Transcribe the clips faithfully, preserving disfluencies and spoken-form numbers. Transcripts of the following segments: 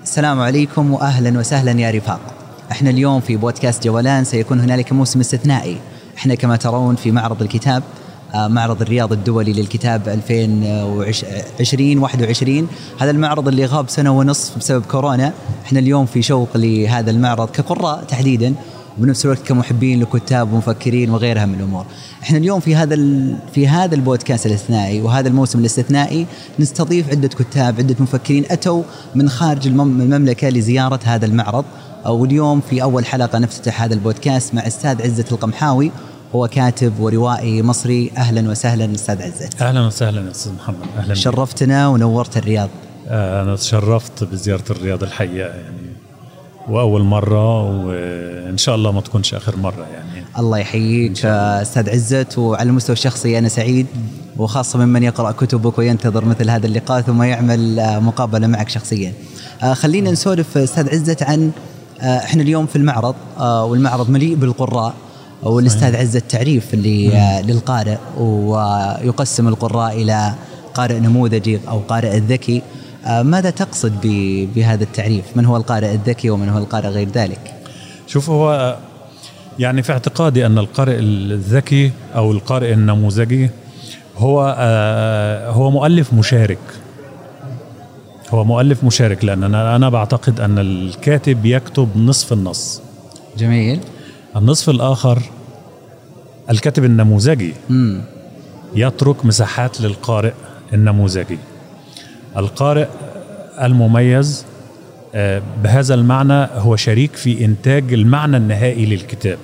السلام عليكم وأهلا وسهلا يا رفاق. احنا اليوم في بودكاست جولان، سيكون هنالك موسم استثنائي. احنا كما ترون في معرض الكتاب، معرض الرياض الدولي للكتاب ألفين وعشرين واحد وعشرين. هذا المعرض اللي غاب سنة ونصف بسبب كورونا. احنا اليوم في شوق لهذا المعرض كقراء تحديدا، وبنفس الوقت كمحبين لكتاب ومفكرين وغيرها من الأمور. احنا اليوم في هذا في هذا البودكاست الاستثنائي وهذا الموسم الاستثنائي نستضيف عدة كتاب، عدة مفكرين أتوا من خارج المملكة لزيارة هذا المعرض. واليوم في أول حلقة نفتتح هذا البودكاست مع أستاذ عزت القمحاوي، هو كاتب وروائي مصري. أهلا وسهلا أستاذ عزت. أهلا وسهلا يا أستاذ محمد. أهلا. شرفتنا ونورت الرياض. أنا تشرفت بزيارة الرياض الحقيقة يعني، وأول مرة وإن شاء الله ما تكونش آخر مرة يعني. الله يحييك أستاذ عزت. وعلى المستوى الشخصي أنا سعيد، وخاصة ممن يقرأ كتبك وينتظر مثل هذا اللقاء ثم يعمل مقابلة معك شخصيا. خلينا نسولف أستاذ عزت عن إحنا اليوم في المعرض، والمعرض مليء بالقراء، والأستاذ عزت تعريف اللي للقارئ، ويقسم القراء إلى قارئ نموذجي أو قارئ الذكي. ماذا تقصد بهذا التعريف؟ من هو القارئ الذكي ومن هو القارئ غير ذلك؟ شوف، هو يعني في اعتقادي أن القارئ الذكي أو القارئ النموذجي هو هو مؤلف مشارك. هو مؤلف مشارك لأن أنا أنا بعتقد أن الكاتب يكتب نصف النص. جميل. النصف الآخر الكاتب النموذجي م. يترك مساحات للقارئ النموذجي. القارئ المميز بهذا المعنى هو شريك في إنتاج المعنى النهائي للكتاب.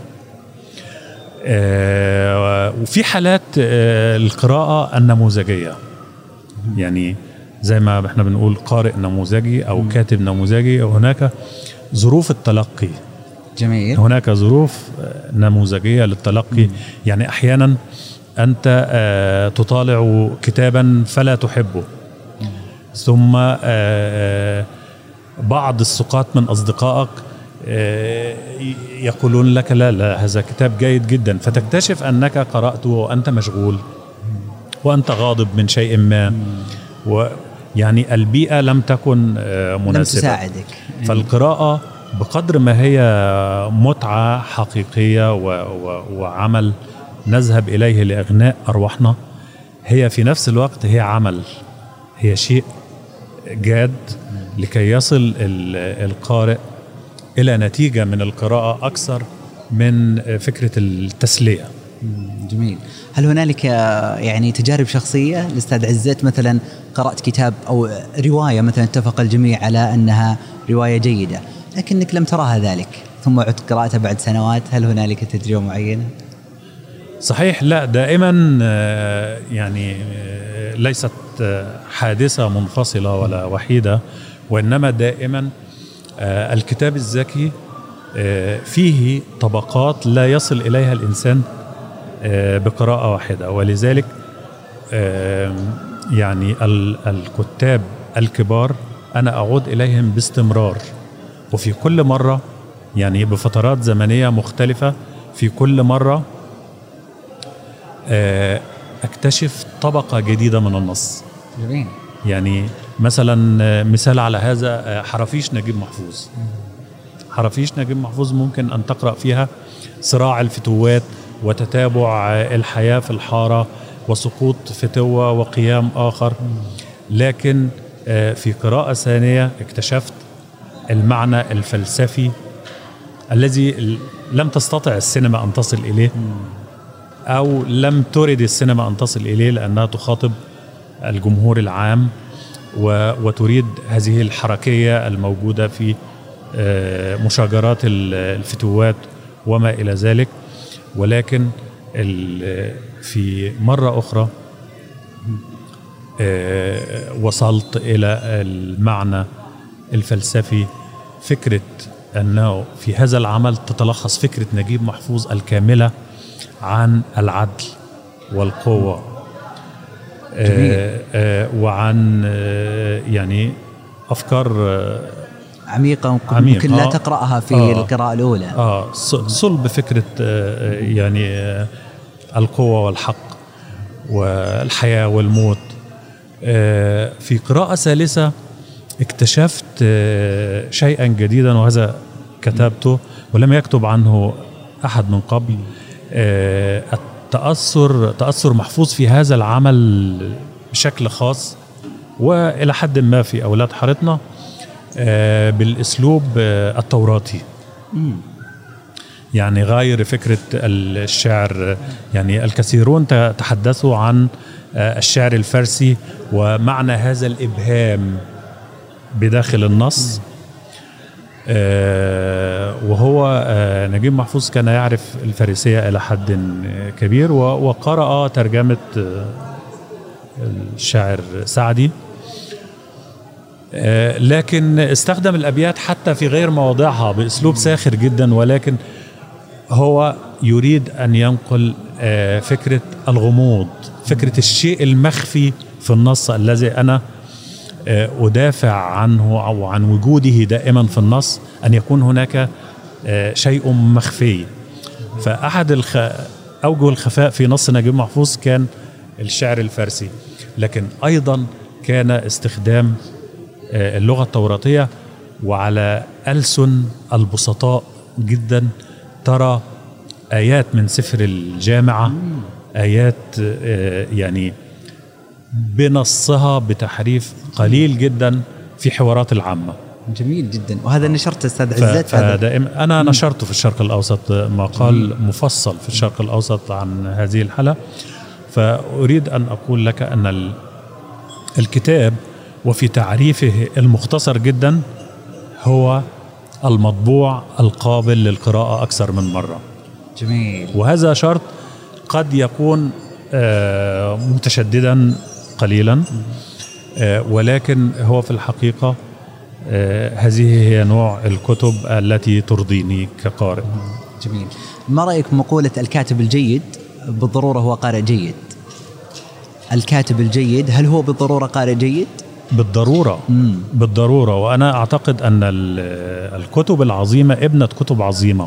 وفي حالات القراءة النموذجية، يعني زي ما احنا بنقول قارئ نموذجي أو كاتب نموذجي، وهناك ظروف التلقي. جميل. هناك ظروف نموذجية للتلقي. م. يعني أحيانا أنت تطالع كتابا فلا تحبه، م. ثم بعض السقاط من أصدقائك يقولون لك لا لا هذا كتاب جيد جدا، فتكتشف أنك قرأته وأنت مشغول وأنت غاضب من شيء ما، ويعني البيئة لم تكن مناسبة، لم تساعدك. فالقراءة بقدر ما هي متعة حقيقية وعمل نذهب إليه لإغناء أرواحنا، هي في نفس الوقت هي عمل، هي شيء جاد لكي يصل القارئ إلى نتيجة من القراءة أكثر من فكرة التسلية. جميل. هل هنالك يعني تجارب شخصية لأستاذ عزت؟ مثلا قرأت كتاب أو رواية مثلا اتفق الجميع على أنها رواية جيدة، لكنك لم تراها ذلك ثم عدت قراءتها بعد سنوات، هل هنالك تجربة معينة؟ صحيح، لا دائما يعني ليست حادثة منفصلة ولا وحيدة، وإنما دائما الكتاب الذكي فيه طبقات لا يصل إليها الإنسان بقراءة واحدة. ولذلك يعني الكتاب الكبار أنا أعود إليهم باستمرار، وفي كل مرة يعني بفترات زمنية مختلفة، في كل مرة أكتشف طبقة جديدة من النص. جميل. يعني مثلا مثال على هذا حرافيش نجيب محفوظ. حرافيش نجيب محفوظ ممكن أن تقرأ فيها صراع الفتوات وتتابع الحياة في الحارة وسقوط فتوة وقيام آخر، لكن في قراءة ثانية اكتشفت المعنى الفلسفي الذي لم تستطع السينما أن تصل إليه، أو لم ترد السينما أن تصل إليه لأنها تخاطب الجمهور العام وتريد هذه الحركية الموجودة في مشاجرات الفتوات وما إلى ذلك. ولكن في مرة أخرى وصلت إلى المعنى الفلسفي، فكرة أنه في هذا العمل تتلخص فكرة نجيب محفوظ الكاملة عن العدل والقوة، آه آه وعن آه يعني أفكار عميقة ممكن لا تقرأها في آه القراءة الأولى. آه صلب فكرة آه يعني آه القوة والحق والحياة والموت. آه في قراءة ثالثة اكتشفت شيئا جديدا وهذا كتبته ولم يكتب عنه أحد من قبل. التأثر تأثر محفوظ في هذا العمل بشكل خاص وإلى حد ما في أولاد حارتنا بالأسلوب التوراتي، يعني غير فكرة الشعر. يعني الكثيرون تحدثوا عن الشعر الفارسي ومعنى هذا الإبهام بداخل النص، وهو نجيب محفوظ كان يعرف الفارسية إلى حد كبير وقرأ ترجمة الشاعر سعدي، لكن استخدم الأبيات حتى في غير مواضعها بأسلوب ساخر جدا، ولكن هو يريد أن ينقل فكرة الغموض، فكرة الشيء المخفي في النص الذي أنا أدافع عنه أو عن وجوده دائما في النص، أن يكون هناك شيء مخفي. فأحد الخ... أوجه الخفاء في نص نجيب محفوظ كان الشعر الفارسي، لكن أيضا كان استخدام اللغة التوراتية وعلى ألسن البسطاء جدا. ترى آيات من سفر الجامعة، آيات يعني بنصها بتحريف قليل جدا في حوارات العامة. جميل جدا. وهذا نشرت أستاذ عزت؟ دائما أنا نشرته في الشرق الأوسط مقال مفصل في الشرق الأوسط عن هذه الحالة. فأريد أن أقول لك أن الكتاب وفي تعريفه المختصر جدا هو المطبوع القابل للقراءة أكثر من مرة. جميل. وهذا شرط قد يكون متشددا قليلا، ولكن هو في الحقيقة هذه هي نوع الكتب التي ترضيني كقارئ. جميل. ما رأيك مقولة الكاتب الجيد بالضرورة هو قارئ جيد؟ الكاتب الجيد هل هو بالضرورة قارئ جيد؟ بالضرورة. مم. بالضرورة. وأنا أعتقد أن الكتب العظيمة ابنة كتب عظيمة،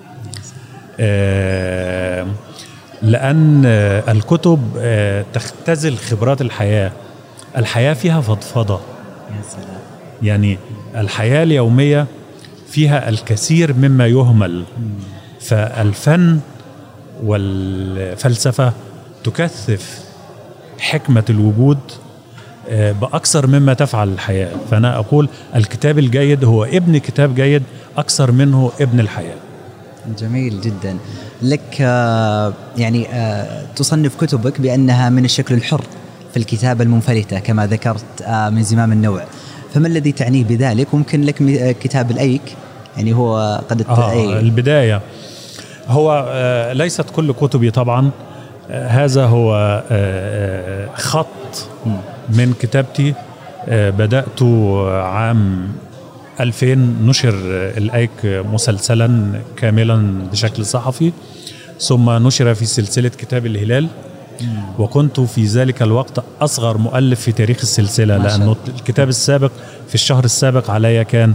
لأن الكتب تختزل خبرات الحياة. الحياة فيها فضفضة، يعني الحياة اليومية فيها الكثير مما يهمل. فالفن والفلسفة تكثف حكمة الوجود بأكثر مما تفعل الحياة. فأنا أقول الكتاب الجيد هو ابن كتاب جيد أكثر منه ابن الحياة. جميل جدا. لك يعني تصنف كتبك بأنها من الشكل الحر في الكتابة المنفلتة كما ذكرت من زمام النوع، فما الذي تعنيه بذلك؟ وممكن لك كتاب الأيك، يعني هو قد آه البداية. هو ليست كل كتبي طبعا، هذا هو خط من كتابتي. بدأت عام ألفين، نشر الأيك مسلسلا كاملا بشكل صحفي، ثم نشر في سلسلة كتاب الهلال، وكنت في ذلك الوقت أصغر مؤلف في تاريخ السلسلة، لأنه الكتاب السابق في الشهر السابق علي كان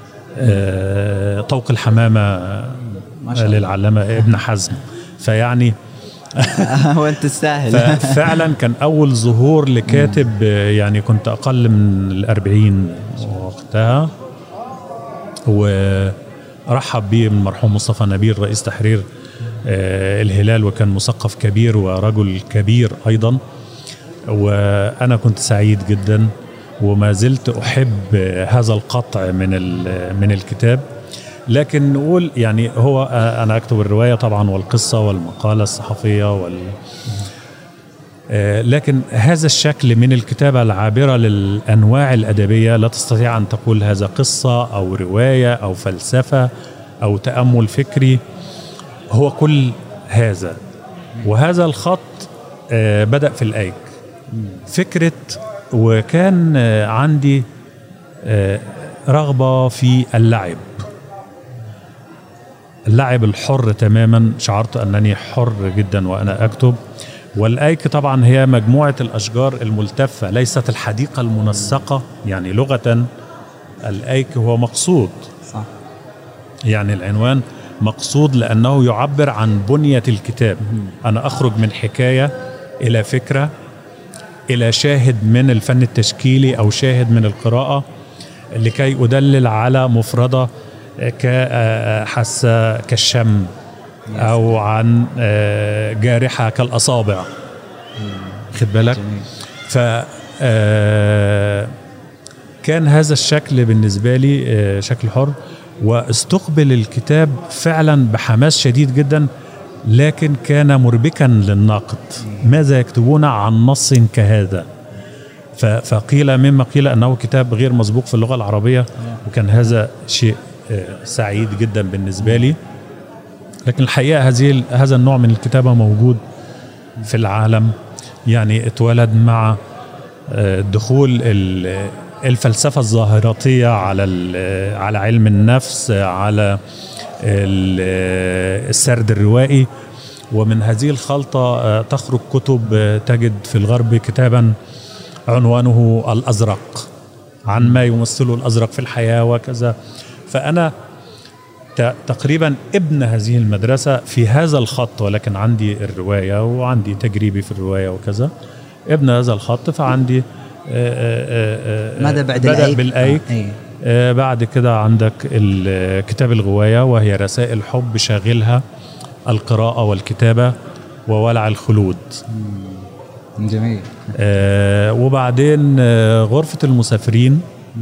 طوق الحمامة للعلامة ابن حزم. فيعني وانت تستاهل. فعلا كان أول ظهور لكاتب، يعني كنت أقل من الأربعين وقتها، ورحب بي من مرحوم مصطفى نبيل رئيس تحرير الهلال، وكان مثقف كبير ورجل كبير أيضا، وأنا كنت سعيد جدا وما زلت أحب هذا القطع من من الكتاب. لكن نقول يعني هو أنا أكتب الرواية طبعا والقصة والمقالة الصحفية وال لكن هذا الشكل من الكتابة العابرة للأنواع الأدبية لا تستطيع أن تقول هذا قصة أو رواية أو فلسفة أو تأمل فكري، هو كل هذا. وهذا الخط بدأ في الأيك فكرة، وكان عندي رغبة في اللعب اللعب الحر تماما. شعرت أنني حر جدا وأنا أكتب. والأيك طبعا هي مجموعة الأشجار الملتفة، ليست الحديقة المنسقة. يعني لغة الأيك هو مقصود، صح. يعني العنوان مقصود لأنه يعبر عن بنية الكتاب. أنا أخرج من حكاية إلى فكرة إلى شاهد من الفن التشكيلي أو شاهد من القراءة لكي أدلل على مفردة كحاسة كالشم أو عن جارحة كالأصابع. خد بالك. ف كان هذا الشكل بالنسبة لي شكل حر، واستقبل الكتاب فعلا بحماس شديد جدا، لكن كان مربكا للناقد. ماذا يكتبون عن نص كهذا؟ فقيل مما قيل أنه كتاب غير مسبوق في اللغة العربية، وكان هذا شيء سعيد جدا بالنسبة لي. لكن الحقيقة هذه هذا النوع من الكتابة موجود في العالم، يعني اتولد مع دخول الفلسفة الظاهراتية على على علم النفس، على السرد الروائي، ومن هذه الخلطة تخرج كتب. تجد في الغرب كتابا عنوانه الأزرق، عن ما يمثله الأزرق في الحياة وكذا. فأنا تقريبا ابن هذه المدرسة في هذا الخط، ولكن عندي الرواية وعندي تجريبي في الرواية وكذا، ابن هذا الخط. فعندي ماذا بعد بدأ الأيك؟ بالأيك. آه. آه بعد كده عندك كتاب الغواية، وهي رسائل حب شاغلها القراءة والكتابة وولع الخلود. جميل. آه وبعدين آه غرفة المسافرين.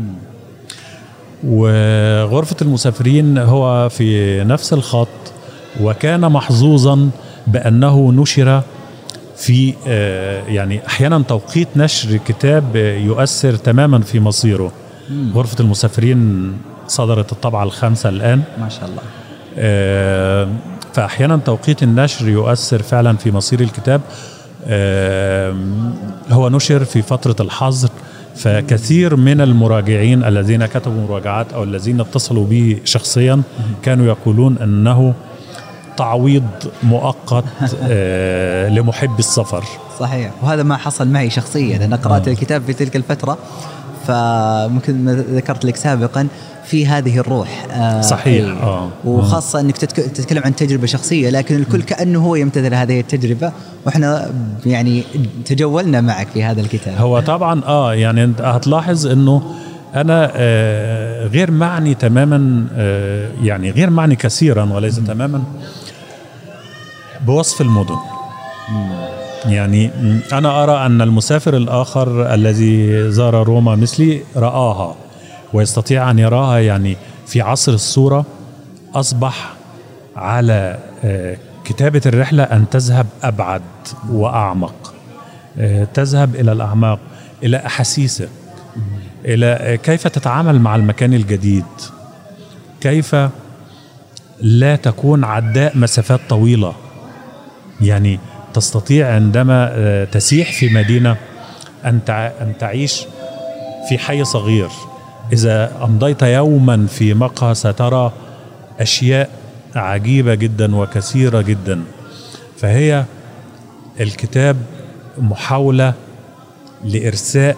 وغرفة المسافرين هو في نفس الخط، وكان محظوظا بأنه نشر في يعني أحيانا توقيت نشر كتاب يؤثر تماما في مصيره. مم. غرفة المسافرين صدرت الطبعة الخامسة الآن ما شاء الله. فأحيانا توقيت النشر يؤثر فعلا في مصير الكتاب. هو نشر في فترة الحظر، فكثير من المراجعين الذين كتبوا مراجعات أو الذين اتصلوا به شخصيا كانوا يقولون أنه تعويض مؤقت آه لمحب السفر. صحيح، وهذا ما حصل معي شخصيا. أنا قرأت آه. الكتاب في تلك الفترة، فممكن ما ذكرت لك سابقا في هذه الروح. آه صحيح. آه. وخاصة أنك تتكلم عن تجربة شخصية، لكن الكل كأنه هو يمتثل هذه التجربة، وإحنا يعني تجولنا معك في هذا الكتاب. هو طبعا آه يعني أنت هتلاحظ أنه أنا آه غير معني تماما، آه يعني غير معني كثيرا وليس م. تماما بوصف المدن. م. يعني أنا أرى أن المسافر الآخر الذي زار روما مثلي رآها ويستطيع أن يراها. يعني في عصر الصورة أصبح على آه كتابة الرحلة أن تذهب أبعد وأعمق، آه تذهب إلى الأعماق، إلى أحاسيسك، إلى كيف تتعامل مع المكان الجديد، كيف لا تكون عداء مسافات طويلة. يعني تستطيع عندما تسيح في مدينة أن تعيش في حي صغير. إذا أمضيت يوما في مقهى سترى أشياء عجيبة جدا وكثيرة جدا. فهي الكتاب محاولة لإرساء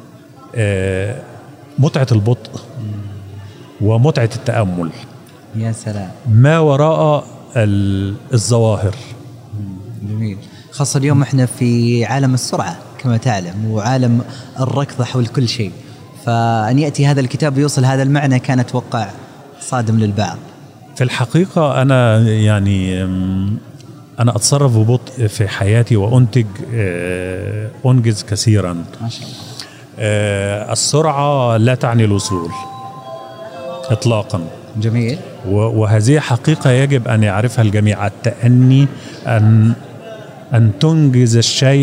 متعة البطء ومتعة التأمل. يا سلام. ما وراء الظواهر. جميل. خاصة اليوم احنا في عالم السرعة كما تعلم، وعالم الركض حول كل شيء، فأن يأتي هذا الكتاب يوصل هذا المعنى كان أتوقع صادم للبعض. في الحقيقة أنا يعني أنا أتصرف ببطء في حياتي وأنتج أنجز كثيرا. ما شاء الله. السرعة لا تعني الوصول إطلاقا. جميل. وهذه حقيقة يجب أن يعرفها الجميع. التأني أن أن تنجز الشيء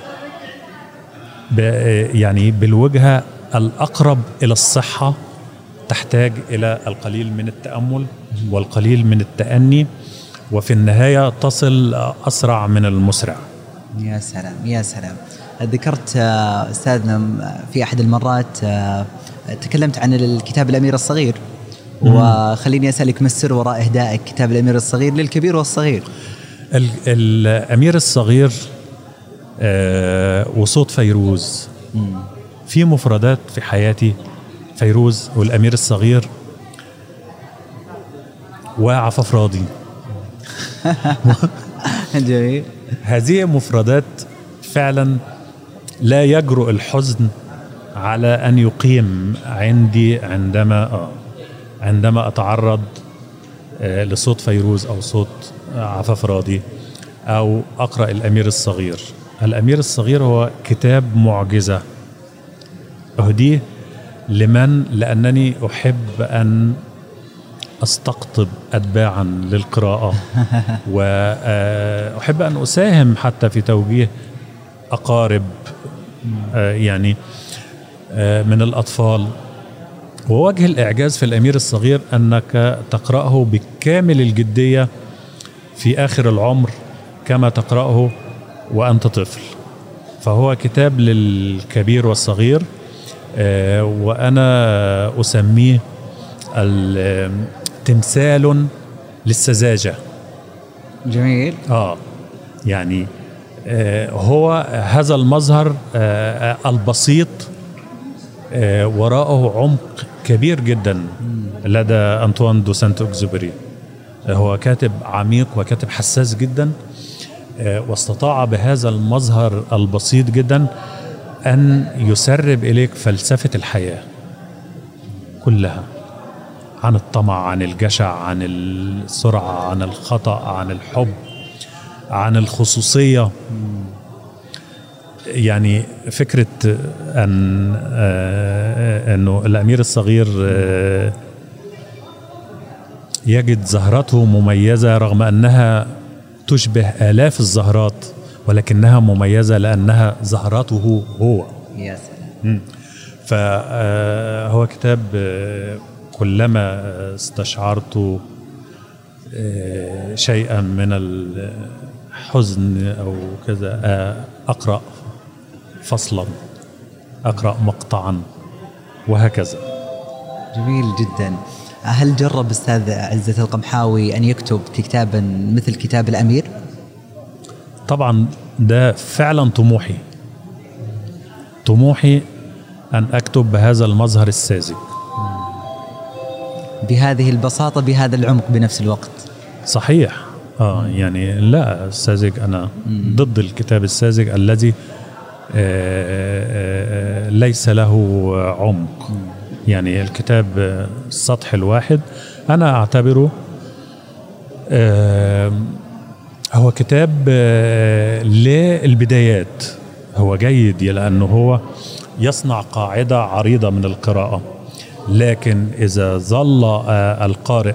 يعني بالوجهة الأقرب إلى الصحة تحتاج إلى القليل من التأمل والقليل من التأني، وفي النهاية تصل أسرع من المسرع. يا سلام يا سلام. ذكرت أستاذنا في أحد المرات تكلمت عن الكتاب الأمير الصغير، وخليني أسألك ما السر وراء إهدائك كتاب الأمير الصغير للكبير والصغير؟ الأمير الصغير وصوت فيروز. مم. في مفردات في حياتي فيروز والأمير الصغير وعفاف راضي. جميل. هذه مفردات فعلا لا يجرؤ الحزن على أن يقيم عندي عندما آه عندما أتعرض آه لصوت فيروز أو صوت عفاف راضي أو أقرأ الأمير الصغير. الأمير الصغير هو كتاب معجزة أهديه لمن لأنني أحب أن أستقطب أتباعا للقراءة وأحب أن أساهم حتى في توجيه أقارب يعني من الأطفال. ووجه الإعجاز في الأمير الصغير أنك تقرأه بكامل الجدية في آخر العمر كما تقرأه وأنت طفل. فهو كتاب للكبير والصغير، وأنا أسميه تمثال للسذاجة. جميل. آه يعني آه هو هذا المظهر آه البسيط آه وراءه عمق كبير جدا لدى أنطوان دو سانت إكزوبري. آه هو كاتب عميق وكاتب حساس جدا، آه واستطاع بهذا المظهر البسيط جدا أن يسرب إليك فلسفة الحياة كلها، عن الطمع، عن الجشع، عن السرعة، عن الخطأ، عن الحب، عن الخصوصية. يعني فكرة أن أنه الأمير الصغير يجد زهرته مميزة رغم أنها تشبه آلاف الزهرات، ولكنها مميزة لأنها زهرته هو. يا سلام. فهو كتاب كلما استشعرت شيئا من الحزن أو كذا أقرأ فصلا، أقرأ مقطعا، وهكذا. جميل جدا. هل جرب أستاذ عزت القمحاوي أن يكتب كتابا مثل كتاب الأمير؟ طبعا ده فعلا طموحي طموحي أن أكتب بهذا المظهر الساذج، بهذه البساطة، بهذا العمق بنفس الوقت. صحيح. آه يعني لا الساذج، أنا ضد الكتاب الساذج الذي آه آه ليس له عمق. يعني الكتاب السطح الواحد أنا أعتبره آه هو كتاب آه للبدايات. هو جيد لأنه هو يصنع قاعدة عريضة من القراءة، لكن إذا ظل آه القارئ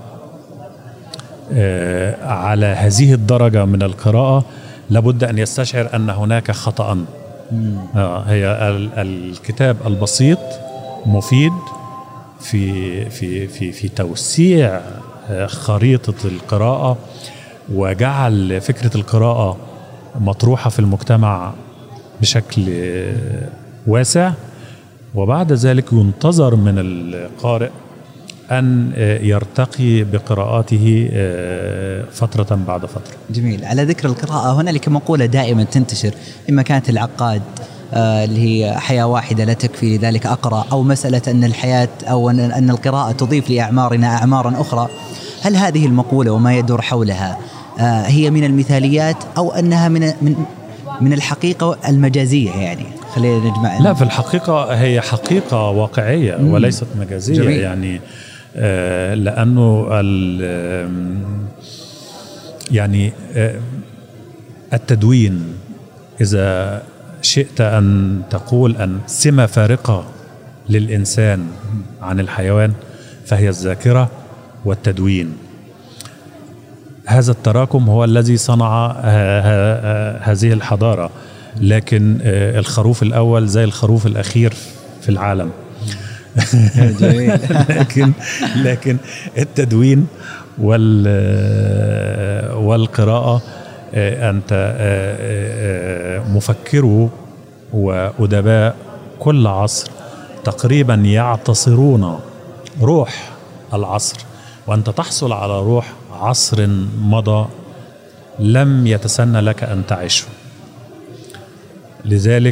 آه على هذه الدرجة من القراءة لابد أن يستشعر أن هناك خطأ. آه هي الكتاب البسيط مفيد في في في في توسيع آه خريطة القراءة، وجعل فكرة القراءة مطروحة في المجتمع بشكل آه واسع. وبعد ذلك ينتظر من القارئ أن يرتقي بقراءاته فترة بعد فترة. جميل. على ذكر القراءة، هنالك مقولة دائما تنتشر، إما كانت العقاد اللي هي حياة واحدة لا تكفي لذلك أقرأ، أو مسألة أن الحياة أو أن القراءة تضيف لأعمارنا أعمارا أخرى. هل هذه المقولة وما يدور حولها هي من المثاليات أو أنها من من من الحقيقة المجازية؟ يعني خلينا نجمع. لا، في الحقيقة هي حقيقة واقعية مم. وليست مجازية. جميل. يعني آه لأنه يعني آه التدوين، إذا شئت أن تقول أن سمة فارقة للإنسان عن الحيوان فهي الذاكرة والتدوين. هذا التراكم هو الذي صنع هذه الحضارة. لكن الخروف الأول زي الخروف الأخير في العالم. لكن لكن التدوين والقراءة، أنت مفكرو وأدباء كل عصر تقريبا يعتصرون روح العصر، وأنت تحصل على روح عصر مضى لم يتسنى لك أن تعيشه. لذلك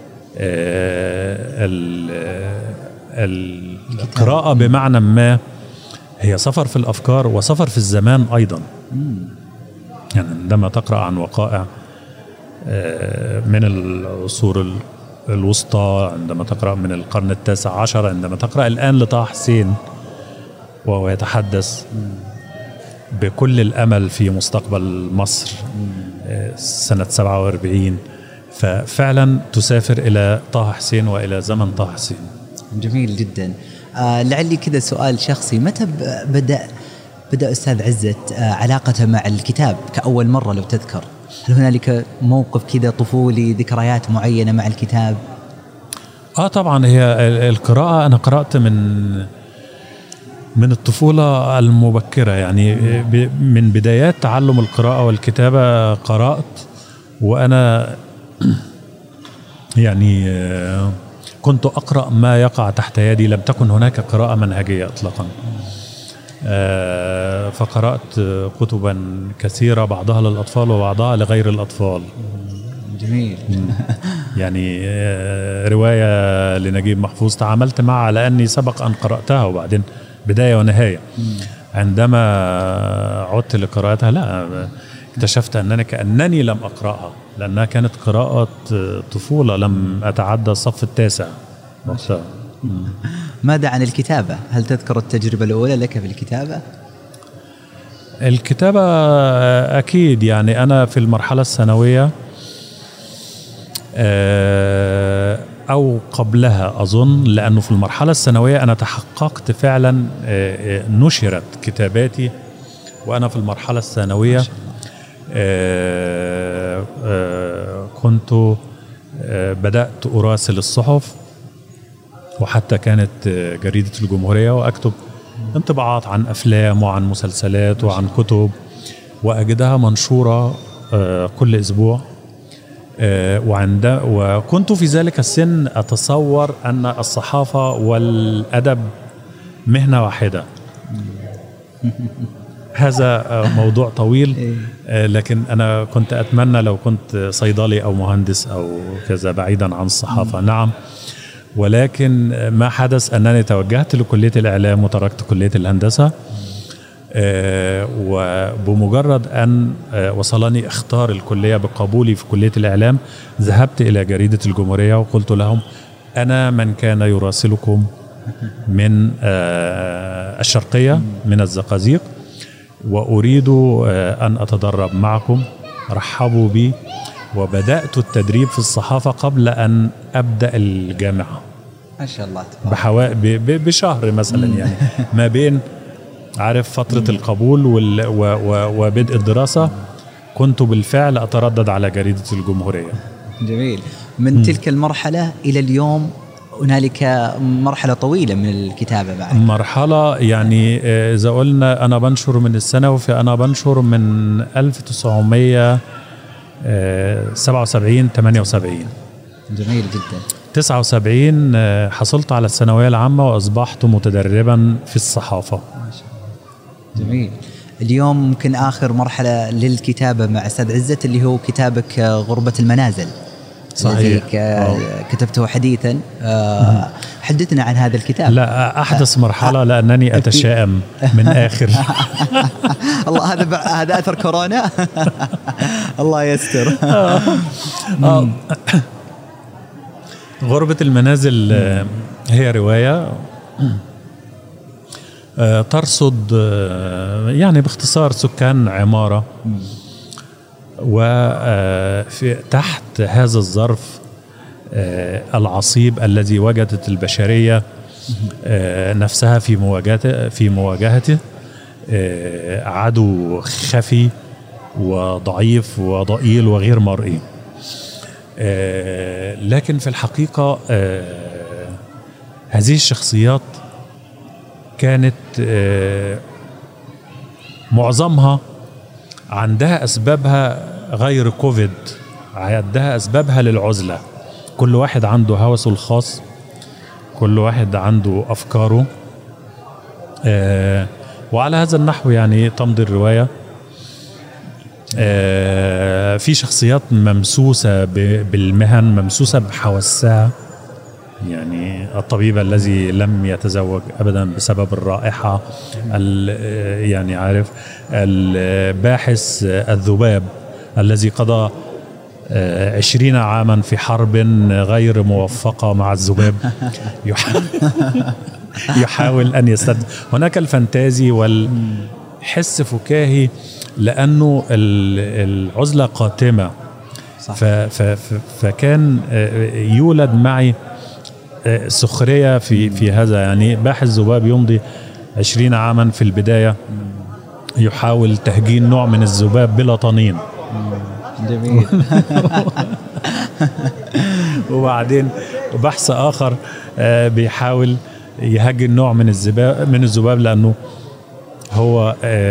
القراءة بمعنى ما هي سفر في الأفكار وسفر في الزمان أيضا. يعني عندما تقرأ عن وقائع من العصور الوسطى، عندما تقرأ من القرن التاسع عشر، عندما تقرأ الآن لطه حسين وهو يتحدث بكل الأمل في مستقبل مصر سنة سبعة وأربعين، ففعلا تسافر إلى طه حسين وإلى زمن طه حسين. جميل جدا. آه لعلي كذا سؤال شخصي، متى بدأ بدأ أستاذ عزت آه علاقته مع الكتاب كأول مرة لو تذكر؟ هل هنالك موقف كذا طفولي، ذكريات معينة مع الكتاب؟ آه طبعا، هي القراءة أنا قرأت من من الطفولة المبكرة، يعني من بدايات تعلم القراءة والكتابة قرأت، وأنا يعني كنت أقرأ ما يقع تحت يدي، لم تكن هناك قراءة منهجية إطلاقا. فقرأت كتبا كثيرة، بعضها للأطفال وبعضها لغير الأطفال. جميل. يعني رواية لنجيب محفوظ تعاملت معها على أني سبق أن قرأتها، وبعدين بداية ونهاية. عندما عدت لقراءتها لا، اكتشفت أنني كأنني لم أقرأها، لأنها كانت قراءة طفولة، لم أتعدى الصف التاسع وقتها. ماذا عن الكتابة؟ هل تذكر التجربة الأولى لك في الكتابة؟ الكتابة أكيد، يعني أنا في المرحلة الثانوية أو قبلها أظن، لأنه في المرحلة الثانوية أنا تحققت فعلا، نشرت كتاباتي وأنا في المرحلة الثانوية. كنت بدأت أراسل الصحف، وحتى كانت جريدة الجمهورية، وأكتب انطباعات عن أفلام وعن مسلسلات وعن كتب، وأجدها منشورة كل أسبوع. وعند وكنت في ذلك السن أتصور أن الصحافة والأدب مهنة واحدة. هذا موضوع طويل، لكن أنا كنت أتمنى لو كنت صيدلي أو مهندس أو كذا، بعيدا عن الصحافة. نعم، ولكن ما حدث أنني توجهت لكلية الإعلام وتركت كلية الهندسة. وبمجرد أن وصلني اختار الكلية بقبولي في كلية الإعلام، ذهبت إلى جريدة الجمهورية وقلت لهم أنا من كان يراسلكم من الشرقية من الزقازيق، وأريد أن أتدرب معكم. رحبوا بي، وبدأت التدريب في الصحافة قبل أن أبدأ الجامعة. ما شاء الله، بحوا... ب... بشهر مثلا، يعني ما بين عارف فترة القبول وال... و... و... وبدء الدراسة كنت بالفعل أتردد على جريدة الجمهورية. جميل. من م. تلك المرحلة إلى اليوم هنالك مرحلة طويلة من الكتابة بعد. مرحلة يعني إذا قلنا أنا بنشر من السنة، فأنا بنشر من ألف وتسعمية سبعة وسبعين ثمانية وسبعين. جميل جدا. تسعة وسبعين حصلت على الثانوية العامة وأصبحت متدربا في الصحافة. ما شاء الله. جميل. اليوم ممكن آخر مرحلة للكتابة مع أستاذ عزت اللي هو كتابك غربة المنازل. صحيح. كتبته حديثا. آه حدثنا عن هذا الكتاب. لا، أحدث مرحلة لأنني أتشائم من آخر. الله، هذا هذا أثر كورونا. الله يستر. غربة المنازل هي رواية ترصد يعني باختصار سكان عمارة، وفي تحت هذا الظرف العصيب الذي وجدت البشرية نفسها في مواجهته في مواجهته عدو خفي وضعيف وضئيل وغير مرئي. لكن في الحقيقة هذه الشخصيات كانت معظمها عندها أسبابها غير كوفيد، عندها أسبابها للعزلة. كل واحد عنده هوسه الخاص، كل واحد عنده أفكاره، آه وعلى هذا النحو يعني تمضي الرواية. آه في شخصيات ممسوسة بالمهن، ممسوسة بحواسها، يعني الطبيب الذي لم يتزوج أبدا بسبب الرائحة، يعني عارف، الباحث الذباب الذي قضى عشرين عاما في حرب غير موفقة مع الذباب يحاول أن يستد. هناك الفانتازي والحس فكاهي لأنه العزلة قاتمة. فكان يولد معي سخرية في في هذا. يعني باحث ذباب يمضي عشرين عاما في البداية يحاول تهجين نوع من الذباب بلا طنين. جميل. وبعدين بحث آخر بيحاول يهجن نوع من الذباب من الذباب لأنه هو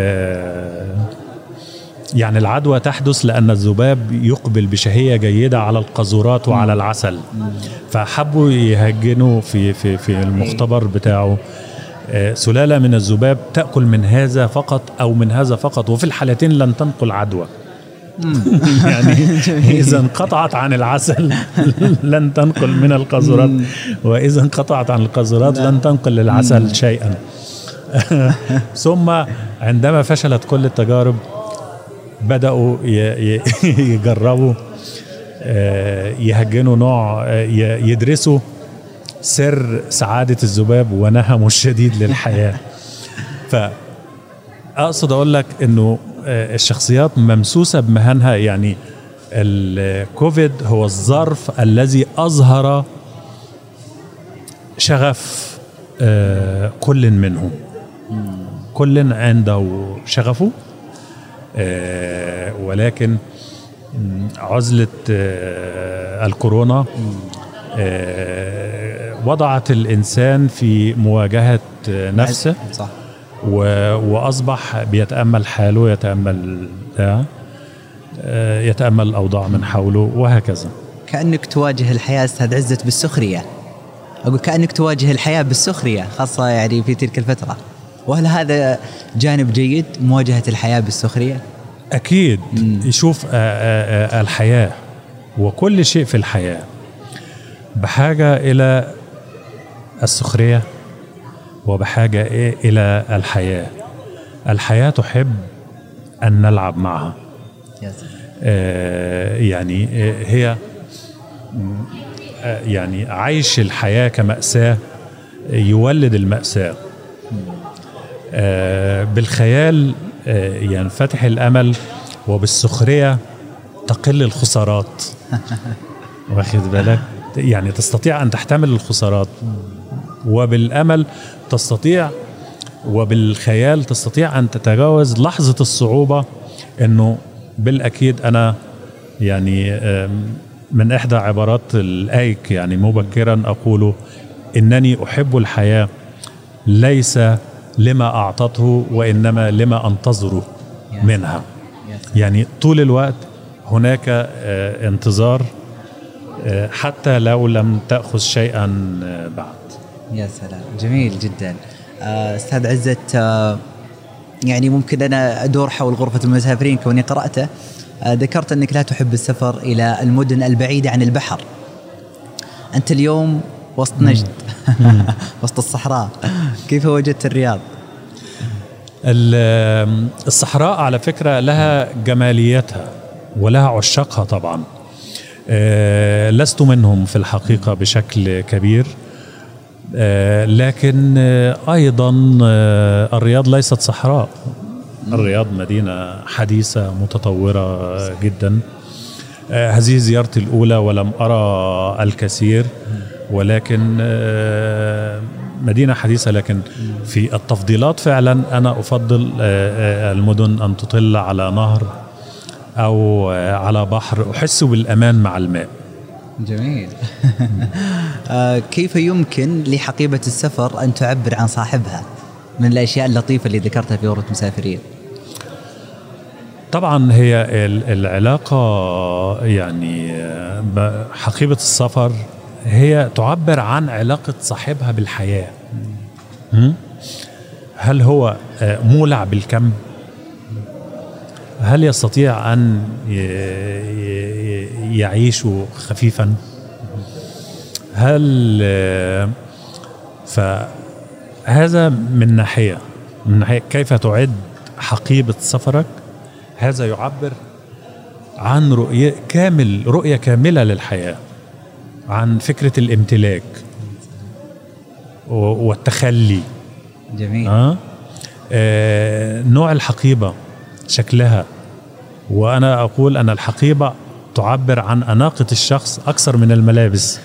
يعني العدوى تحدث لأن الذباب يقبل بشهية جيدة على القاذورات وعلى العسل. فحبوا يهجنوا في في في المختبر بتاعه سلالة من الذباب تأكل من هذا فقط أو من هذا فقط، وفي الحالتين لن تنقل عدوى. يعني إذا انقطعت عن العسل لن تنقل من القاذورات، وإذا انقطعت عن القاذورات لن تنقل للعسل شيئا. ثم عندما فشلت كل التجارب بدأوا يجربوا يهجنوا نوع، يدرسوا سر سعادة الذباب ونهمه الشديد للحياة. فأقصد أقول لك أنه الشخصيات ممسوسة بمهنها. يعني الكوفيد هو الظرف الذي أظهر شغف كل منهم، كل عنده شغفه، ولكن عزلة الكورونا وضعت الإنسان في مواجهة نفسه، صح. وأصبح بيتأمل حاله، يتأمل يتأمل الأوضاع من حوله وهكذا. كأنك تواجه الحياة أستاذ عزت بالسخرية. أقول كأنك تواجه الحياة بالسخرية، خاصة يعني في تلك الفترة. وهل هذا جانب جيد مواجهة الحياة بالسخرية؟ أكيد. يشوف الحياة وكل شيء في الحياة بحاجة إلى السخرية وبحاجة إلى الحياة. الحياة تحب أن نلعب معها. آه يعني هي يعني عيش الحياة كمأساة يولد المأساة. آه بالخيال آه ينفتح الأمل، وبالسخرية تقل الخسارات. واخد بالك؟ يعني تستطيع أن تحتمل الخسارات، وبالأمل تستطيع، وبالخيال تستطيع أن تتجاوز لحظة الصعوبة. إنه بالأكيد أنا يعني من إحدى عبارات الآيك يعني مبكرا أقول إنني أحب الحياة ليس لما أعطته وإنما لما أنتظره منها. يعني طول الوقت هناك انتظار حتى لو لم تأخذ شيئا بعد. يا سلام، جميل جدا. أستاذ عزت، يعني ممكن أنا أدور حول غرفة المسافرين كوني قرأته. ذكرت أنك لا تحب السفر إلى المدن البعيدة عن البحر. أنت اليوم وسط نجد وسط الصحراء، كيف وجدت الرياض؟ الصحراء على فكرة لها جماليتها ولها عشاقها طبعا. لست منهم في الحقيقة بشكل كبير، لكن أيضا الرياض ليست صحراء. الرياض مدينة حديثة متطورة جدا. هذه زيارتي الأولى ولم أرى الكثير، ولكن مدينة حديثة. لكن في التفضيلات فعلا أنا أفضل المدن أن تطل على نهر أو على بحر، أحس بالأمان مع الماء. جميل. كيف يمكن لحقيبة السفر أن تعبر عن صاحبها من الأشياء اللطيفة اللي ذكرتها في غرفة مسافرين؟ طبعا هي العلاقة، يعني حقيبة السفر هي تعبر عن علاقة صاحبها بالحياة. هل هو مولع بالكم؟ هل يستطيع أن يعيش خفيفا؟ هل فهذا من ناحية من ناحية كيف تعد حقيبة سفرك؟ هذا يعبر عن رؤية كامل رؤية كاملة للحياة، عن فكرة الامتلاك والتخلي. جميل. آه؟ آه نوع الحقيبة، شكلها، وأنا أقول أن الحقيبة تعبر عن أناقة الشخص أكثر من الملابس.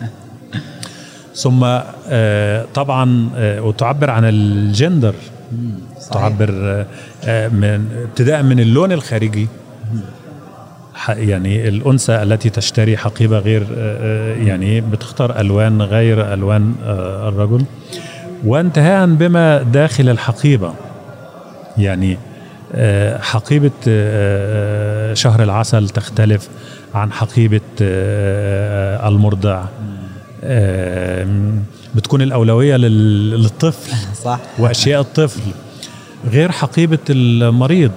ثم آه طبعا آه وتعبر عن الجندر، تعبر آه من ابتداء من اللون الخارجي، يعني الأنثى التي تشتري حقيبة غير آه يعني بتختار ألوان غير ألوان آه الرجل، وانتهاء بما داخل الحقيبة. يعني حقيبة شهر العسل تختلف عن حقيبة المرضع، بتكون الأولوية للطفل صح. وأشياء الطفل، غير حقيبة المريض،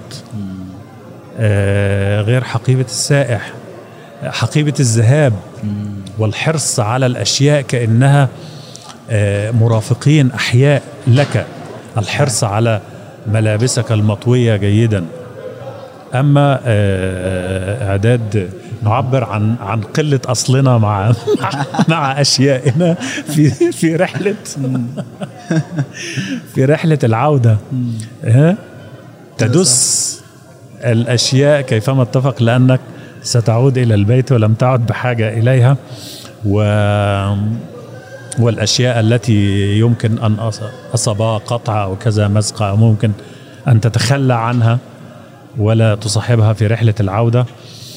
غير حقيبة السائح، حقيبة الذهاب والحرص على الأشياء كأنها مرافقين أحياء لك، الحرص على ملابسك المطوية جيدا. أما إعداد نعبر عن عن قلة أصلنا مع مع أشيائنا في في رحلة في رحلة العودة، تدس الأشياء كيفما اتفق، لأنك ستعود إلى البيت ولم تعد بحاجة إليها، و والأشياء التي يمكن أن أصابها قطعة أو كذا مزقة ممكن أن تتخلى عنها ولا تصاحبها في رحلة العودة.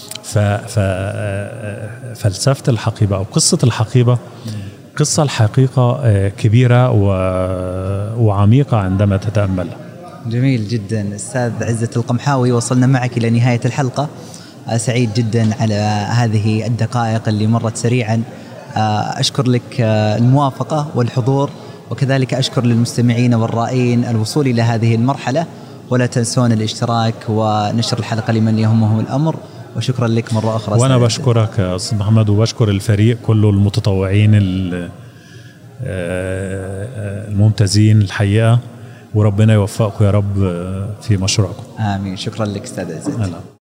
ففلسفة الحقيبة أو قصة الحقيبة قصة الحقيقة كبيرة وعميقة عندما تتأملها. جميل جدا أستاذ عزت القمحاوي، وصلنا معك إلى نهاية الحلقة. سعيد جدا على هذه الدقائق اللي مرت سريعا. أشكر لك الموافقة والحضور، وكذلك أشكر للمستمعين والرائين الوصول إلى هذه المرحلة، ولا تنسون الاشتراك ونشر الحلقة لمن يهمه الأمر. وشكرا لك مرة أخرى. وأنا بشكرك يا أستاذ محمد، وبشكر الفريق كله المتطوعين الممتازين الحقيقة، وربنا يوفقكم يا رب في مشروعكم. آمين. شكرا لك أستاذ عزت.